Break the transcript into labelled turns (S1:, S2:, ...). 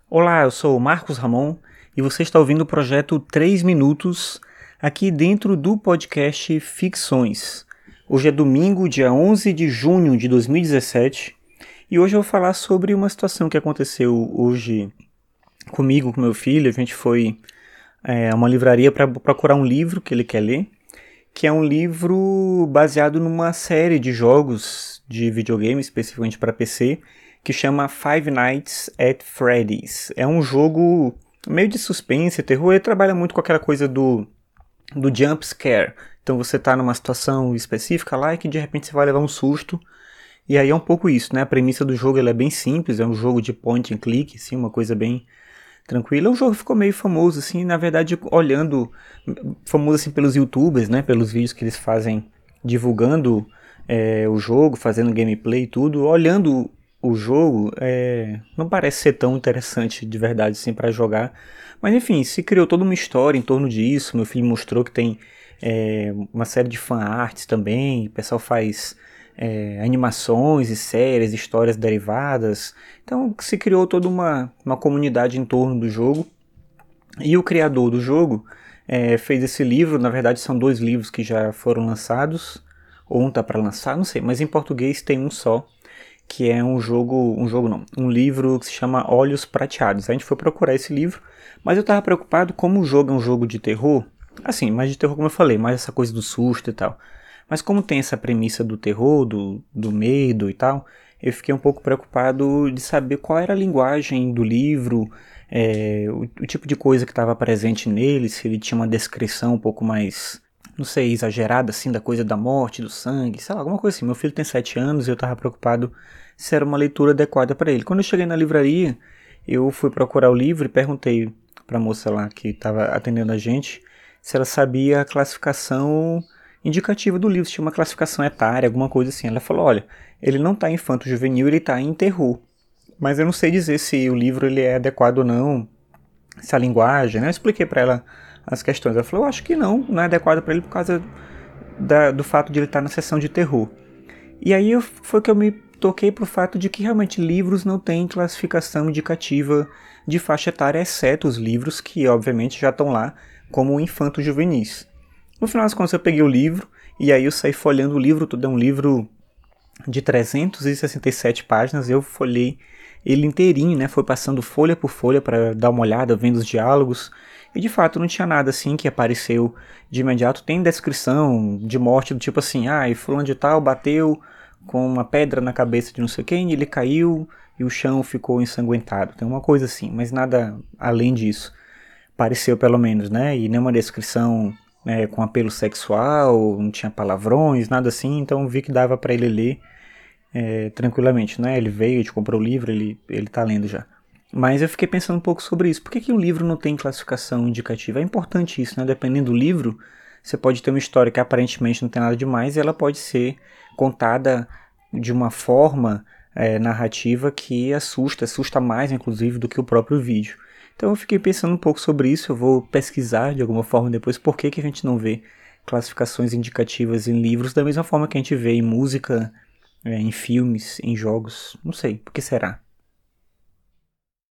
S1: Olá, eu sou o Marcos Ramon e você está ouvindo o projeto 3 Minutos aqui dentro do podcast Ficções. Hoje é domingo, dia 11 de junho de 2017 e hoje eu vou falar sobre uma situação que aconteceu hoje comigo, com meu filho. A gente foi a uma livraria para procurar um livro que ele quer ler, que é um livro baseado numa série de jogos de videogame, especificamente para PC, que chama Five Nights at Freddy's. É um jogo meio de suspense, terror, e trabalha muito com aquela coisa do jump scare. Então você está numa situação específica lá e que de repente você vai levar um susto. E aí é um pouco isso, né? A premissa do jogo ela é bem simples, é um jogo de point and click, assim, uma coisa bem tranquila. O jogo ficou meio famoso, assim, na verdade, olhando, famoso assim pelos youtubers, né? Pelos vídeos que eles fazem divulgando o jogo, fazendo gameplay e tudo. Olhando o jogo, não parece ser tão interessante de verdade, assim, para jogar. Mas enfim, se criou toda uma história em torno disso. Meu filho mostrou que tem uma série de fan-arts também. O pessoal faz animações e séries, histórias derivadas. Então se criou toda uma comunidade em torno do jogo. E o criador do jogo fez esse livro. Na verdade são 2 livros que já foram lançados. Ou um tá para lançar, não sei. Mas em português tem um só, que é um livro que se chama Olhos Prateados. A gente foi procurar esse livro, mas eu tava preocupado como o jogo é um jogo de terror. Assim, mais de terror como eu falei, mais essa coisa do susto e tal. Mas como tem essa premissa do terror, do medo e tal, eu fiquei um pouco preocupado de saber qual era a linguagem do livro, o tipo de coisa que estava presente nele, se ele tinha uma descrição um pouco mais, não sei, exagerada assim, da coisa da morte, do sangue, sei lá, alguma coisa assim. Meu filho tem 7 anos e eu estava preocupado se era uma leitura adequada para ele. Quando eu cheguei na livraria, eu fui procurar o livro e perguntei para a moça lá que estava atendendo a gente se ela sabia a classificação indicativa do livro, se tinha uma classificação etária, alguma coisa assim. Ela falou, olha, ele não está em infanto-juvenil, ele está em terror. Mas eu não sei dizer se o livro ele é adequado ou não, se a linguagem, né? Eu expliquei para ela as questões. Ela falou, eu acho que não é adequado para ele por causa do fato de ele estar na seção de terror. E aí foi que eu me toquei pro fato de que realmente livros não têm classificação indicativa de faixa etária, exceto os livros que obviamente já estão lá como infanto-juvenis. No final das contas eu peguei o livro e aí eu saí folheando o livro todo. É um livro de 367 páginas, eu folhei ele inteirinho, né? Foi passando folha por folha para dar uma olhada, vendo os diálogos. E de fato não tinha nada assim que apareceu de imediato. Tem descrição de morte do tipo assim, e fulano de tal bateu com uma pedra na cabeça de não sei quem, ele caiu e o chão ficou ensanguentado. Tem uma coisa assim, mas nada além disso. Pareceu pelo menos, né? E nenhuma descrição com apelo sexual, não tinha palavrões, nada assim. Então vi que dava para ele ler tranquilamente, né? Ele veio, a gente comprou o livro, ele tá lendo já. Mas eu fiquei pensando um pouco sobre isso. Por que um livro não tem classificação indicativa? É importante isso, né? Dependendo do livro, você pode ter uma história que aparentemente não tem nada demais e ela pode ser contada de uma forma narrativa que assusta mais, inclusive, do que o próprio vídeo. Então eu fiquei pensando um pouco sobre isso. Eu vou pesquisar de alguma forma depois por que a gente não vê classificações indicativas em livros da mesma forma que a gente vê em música, em filmes, em jogos. Não sei, por que será?